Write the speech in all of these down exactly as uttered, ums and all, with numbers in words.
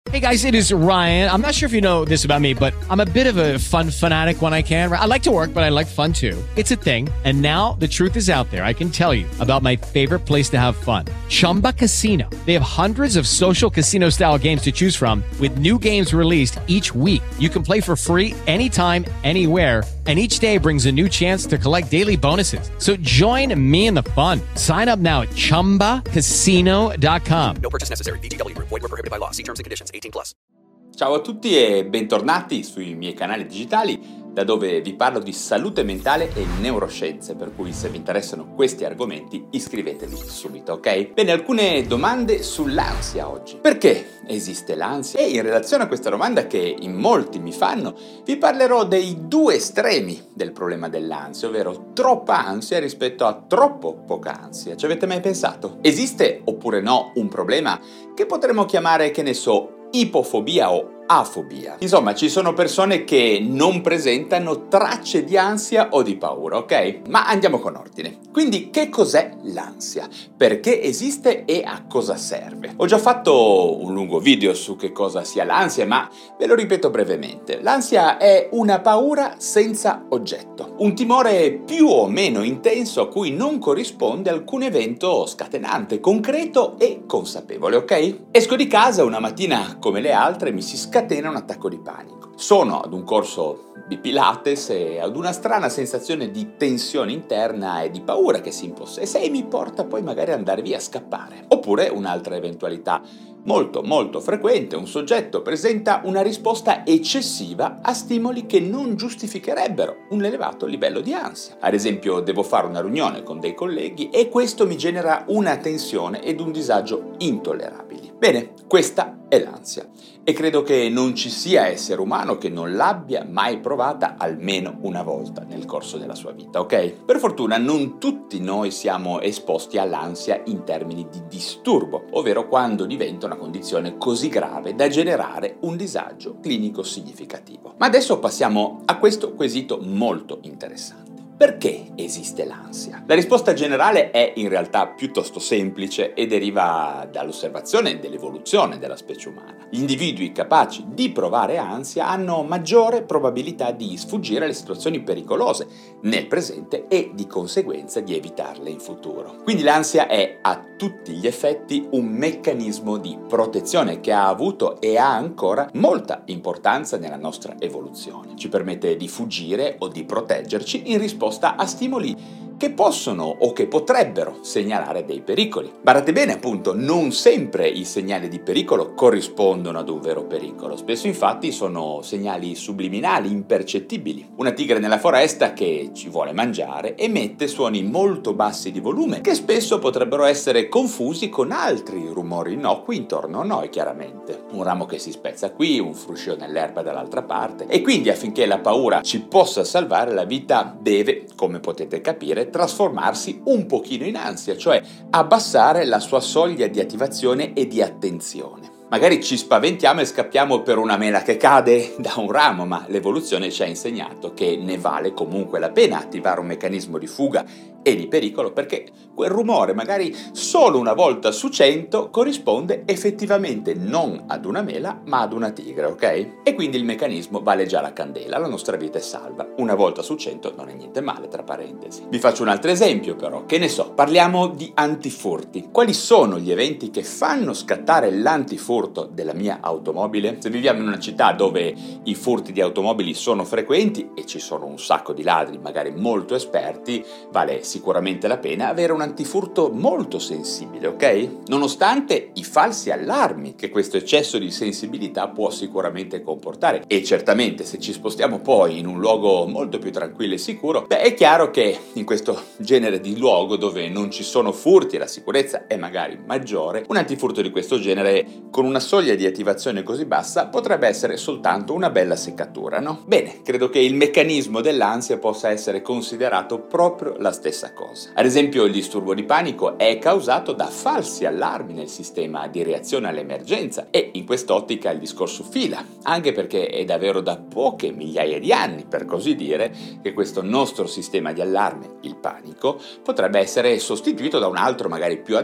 Hey guys, it is Ryan. I'm not sure if you know this about me, but I'm a bit of a fun fanatic when I can. I like to work, but I like fun too. It's a thing. And now the truth is out there. I can tell you about my favorite place to have fun. Chumba Casino. They have hundreds of social casino style games to choose from with new games released each week. You can play for free anytime, anywhere. And each day brings a new chance to collect daily bonuses. So join me in the fun. Sign up now at chumba casino dot com. No purchase necessary. V G W. Void where prohibited by law. See terms and conditions. eighteen plus. Ciao a tutti e bentornati sui miei canali digitali, da dove vi parlo di salute mentale e neuroscienze, per cui se vi interessano questi argomenti iscrivetevi subito, ok? Bene, alcune domande sull'ansia oggi. Perché esiste l'ansia? E in relazione a questa domanda che in molti mi fanno, vi parlerò dei due estremi del problema dell'ansia, ovvero troppa ansia rispetto a troppo poca ansia. Ci avete mai pensato? Esiste oppure no un problema che potremmo chiamare, che ne so, ipofobia o afobia? Insomma, ci sono persone che non presentano tracce di ansia o di paura, ok? Ma andiamo con ordine. Quindi, che cos'è l'ansia? Perché esiste e a cosa serve? Ho già fatto un lungo video su che cosa sia l'ansia, ma ve lo ripeto brevemente. L'ansia è una paura senza oggetto, un timore più o meno intenso a cui non corrisponde alcun evento scatenante, concreto e consapevole, ok? Esco di casa una mattina come le altre, mi si scatena un attacco di panico. Sono ad un corso di Pilates e ad una strana sensazione di tensione interna e di paura che si impossessa e mi porta poi magari ad andare via a scappare. Oppure un'altra eventualità molto molto frequente: un soggetto presenta una risposta eccessiva a stimoli che non giustificherebbero un elevato livello di ansia. Ad esempio, devo fare una riunione con dei colleghi e questo mi genera una tensione ed un disagio intollerabili. Bene, questa è l'ansia e credo che non ci sia essere umano che non l'abbia mai provata almeno una volta nel corso della sua vita, ok? Per fortuna non tutti noi siamo esposti all'ansia in termini di disturbo, ovvero quando diventa una condizione così grave da generare un disagio clinico significativo. Ma adesso passiamo a questo quesito molto interessante. Perché esiste l'ansia? La risposta generale è in realtà piuttosto semplice e deriva dall'osservazione dell'evoluzione della specie umana. Gli individui capaci di provare ansia hanno maggiore probabilità di sfuggire alle situazioni pericolose nel presente e di conseguenza di evitarle in futuro. Quindi l'ansia è a tutti gli effetti un meccanismo di protezione che ha avuto e ha ancora molta importanza nella nostra evoluzione. Ci permette di fuggire o di proteggerci in risposta a stimoli che possono o che potrebbero segnalare dei pericoli. Badate bene, appunto, non sempre i segnali di pericolo corrispondono ad un vero pericolo. Spesso infatti sono segnali subliminali, impercettibili. Una tigre nella foresta che ci vuole mangiare emette suoni molto bassi di volume che spesso potrebbero essere confusi con altri rumori innocui intorno a noi, chiaramente. Un ramo che si spezza qui, un fruscio nell'erba dall'altra parte. E quindi, affinché la paura ci possa salvare, la vita deve, come potete capire, trasformarsi un pochino in ansia, cioè abbassare la sua soglia di attivazione e di attenzione. Magari ci spaventiamo e scappiamo per una mela che cade da un ramo, ma l'evoluzione ci ha insegnato che ne vale comunque la pena attivare un meccanismo di fuga e di pericolo, perché quel rumore, magari solo una volta su cento, corrisponde effettivamente non ad una mela ma ad una tigre, ok? E quindi il meccanismo vale già la candela, la nostra vita è salva. Una volta su cento non è niente male, tra parentesi. Vi faccio un altro esempio però, che ne so, parliamo di antifurti. Quali sono gli eventi che fanno scattare l'antifurto della mia automobile? Se viviamo in una città dove i furti di automobili sono frequenti e ci sono un sacco di ladri, magari molto esperti, vale sicuramente la pena avere un antifurto molto sensibile, ok? Nonostante i falsi allarmi che questo eccesso di sensibilità può sicuramente comportare. E certamente se ci spostiamo poi in un luogo molto più tranquillo e sicuro, beh, è chiaro che in questo genere di luogo dove non ci sono furti e la sicurezza è magari maggiore, un antifurto di questo genere con una soglia di attivazione così bassa potrebbe essere soltanto una bella seccatura, no? Bene, credo che il meccanismo dell'ansia possa essere considerato proprio la stessa cosa. Ad esempio, il disturbo di panico è causato da falsi allarmi nel sistema di reazione all'emergenza e in quest'ottica il discorso fila, anche perché è davvero da poche migliaia di anni, per così dire, che questo nostro sistema di allarme, il panico, potrebbe essere sostituito da un altro magari più adatto,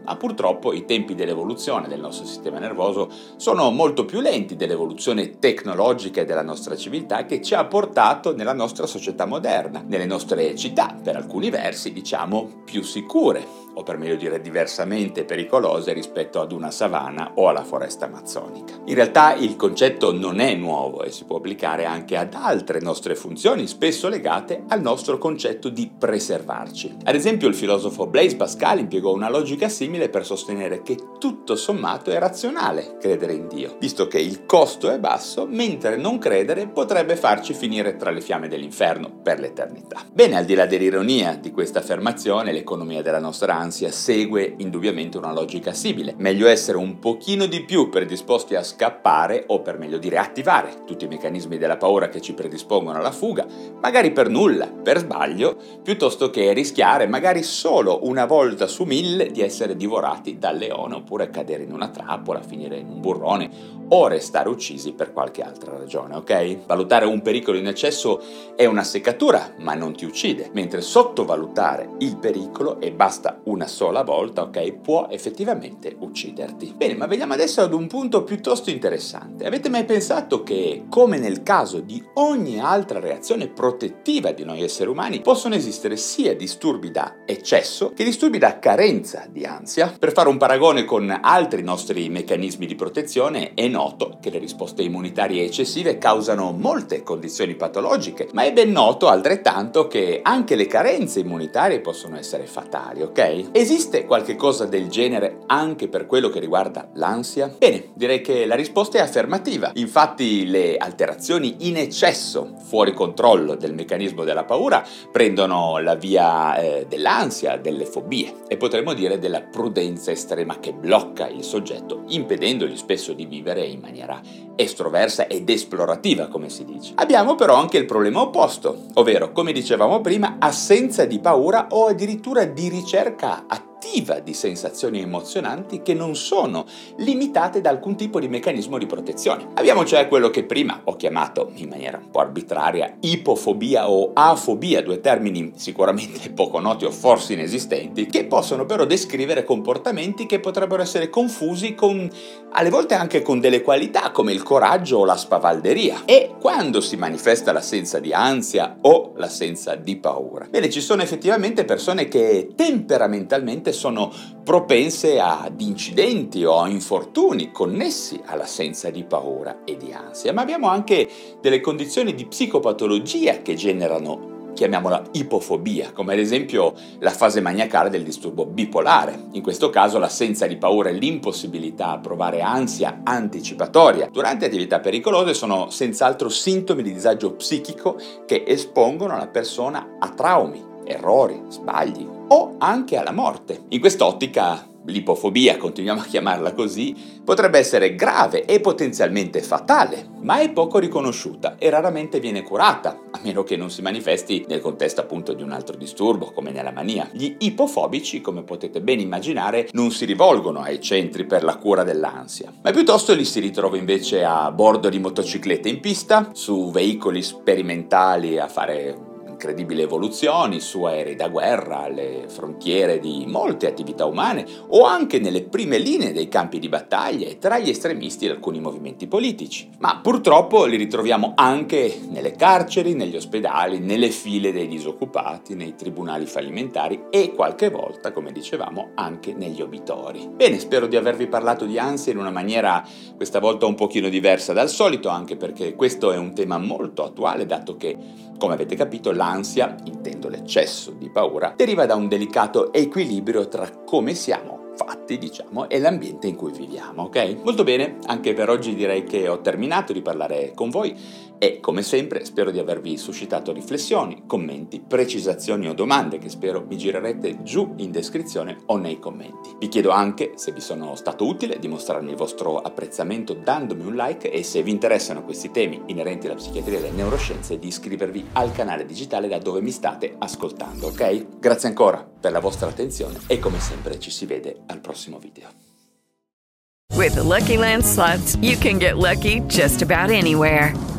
ma purtroppo i tempi dell'evoluzione del nostro sistema nervoso sono molto più lenti dell'evoluzione tecnologica e della nostra civiltà che ci ha portato nella nostra società moderna, nelle nostre città, per alcuni versi diciamo più sicure, o per meglio dire diversamente pericolose rispetto ad una savana o alla foresta amazzonica. In realtà il concetto non è nuovo e si può applicare anche ad altre nostre funzioni, spesso legate al nostro concetto di preservarci. Ad esempio il filosofo Blaise Pascal impiegò una logica simile per sostenere che tutto sommato è razionale credere in Dio, visto che il costo è basso, mentre non credere potrebbe farci finire tra le fiamme dell'inferno per l'eternità. Bene, al di là dell'ironia di questa affermazione, l'economia della nostra ansia segue indubbiamente una logica simile. Meglio essere un pochino di più predisposti a scappare, o per meglio dire attivare tutti i meccanismi della paura che ci predispongono alla fuga, magari per nulla, per sbaglio, piuttosto che rischiare magari solo una volta su mille di essere divorati dal leone, oppure cadere in una trappola, finire in un burrone o restare uccisi per qualche altra ragione, ok? Valutare un pericolo in eccesso è una seccatura, ma non ti uccide, mentre sottovalutare il pericolo, e basta una sola volta, ok, può effettivamente ucciderti. Bene, ma veniamo adesso ad un punto piuttosto interessante. Avete mai pensato che, come nel caso di ogni altra reazione protettiva di noi esseri umani, possono esistere sia disturbi da eccesso che disturbi da carenza di ansia? Per fare un paragone con altri nostri meccanismi di protezione, è noto che le risposte immunitarie eccessive causano molte condizioni patologiche, ma è ben noto altrettanto che anche le carenze immunitarie possono essere fatali, ok? Esiste qualche cosa del genere anche per quello che riguarda l'ansia? Bene, direi che la risposta è affermativa. Infatti le alterazioni in eccesso, fuori controllo del meccanismo della paura, prendono la via eh, dell'ansia, delle fobie e potremmo dire della prudenza estrema che blocca il soggetto, impedendogli spesso di vivere in maniera estroversa ed esplorativa, come si dice. Abbiamo però anche il problema opposto, ovvero, come dicevamo prima, assenza di paura o addirittura di ricerca attiva di sensazioni emozionanti che non sono limitate da alcun tipo di meccanismo di protezione. Abbiamo cioè quello che prima ho chiamato in maniera un po' arbitraria ipofobia o afobia, due termini sicuramente poco noti o forse inesistenti, che possono però descrivere comportamenti che potrebbero essere confusi con, alle volte anche con delle qualità come il coraggio o la spavalderia. E quando si manifesta l'assenza di ansia o l'assenza di paura? Bene, ci sono effettivamente persone che temperamentalmente sono propense ad incidenti o a infortuni connessi all'assenza di paura e di ansia, ma abbiamo anche delle condizioni di psicopatologia che generano, chiamiamola ipofobia, come ad esempio la fase maniacale del disturbo bipolare. In questo caso l'assenza di paura e l'impossibilità a provare ansia anticipatoria durante attività pericolose sono senz'altro sintomi di disagio psichico che espongono la persona a traumi, errori, sbagli o anche alla morte. In quest'ottica l'ipofobia, continuiamo a chiamarla così, potrebbe essere grave e potenzialmente fatale, ma è poco riconosciuta e raramente viene curata, a meno che non si manifesti nel contesto appunto di un altro disturbo, come nella mania. Gli ipofobici, come potete ben immaginare, non si rivolgono ai centri per la cura dell'ansia, ma piuttosto li si ritrova invece a bordo di motociclette in pista, su veicoli sperimentali a fare incredibili evoluzioni, su aerei da guerra, alle frontiere di molte attività umane o anche nelle prime linee dei campi di battaglia e tra gli estremisti di alcuni movimenti politici. Ma purtroppo li ritroviamo anche nelle carceri, negli ospedali, nelle file dei disoccupati, nei tribunali fallimentari e qualche volta, come dicevamo, anche negli obitori. Bene, spero di avervi parlato di ansia in una maniera questa volta un pochino diversa dal solito, anche perché questo è un tema molto attuale, dato che, come avete capito, l'ansia, intendo l'eccesso di paura, deriva da un delicato equilibrio tra come siamo fatti, diciamo, e l'ambiente in cui viviamo, ok? Molto bene, anche per oggi direi che ho terminato di parlare con voi e, come sempre, spero di avervi suscitato riflessioni, commenti, precisazioni o domande che spero mi girerete giù in descrizione o nei commenti. Vi chiedo anche, se vi sono stato utile, di mostrarmi il vostro apprezzamento dandomi un like e, se vi interessano questi temi inerenti alla psichiatria e alle neuroscienze, di iscrivervi al canale digitale da dove mi state ascoltando, ok? Grazie ancora per la vostra attenzione e, come sempre, ci si vede al prossimo video. With the Lucky Land Slots, you can get lucky just about anywhere.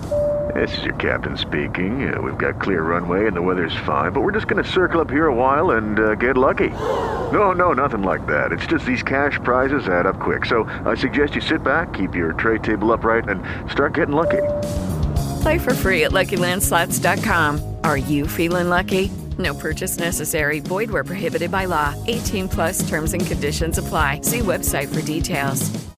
This is your captain speaking. Uh, we've got clear runway and the weather's fine, but we're just going to circle up here a while and uh, get lucky. No, no, nothing like that. It's just these cash prizes add up quick. So I suggest you sit back, keep your tray table upright, and start getting lucky. Play for free at Lucky Land Slots dot com. Are you feeling lucky? No purchase necessary. Void where prohibited by law. eighteen plus terms and conditions apply. See website for details.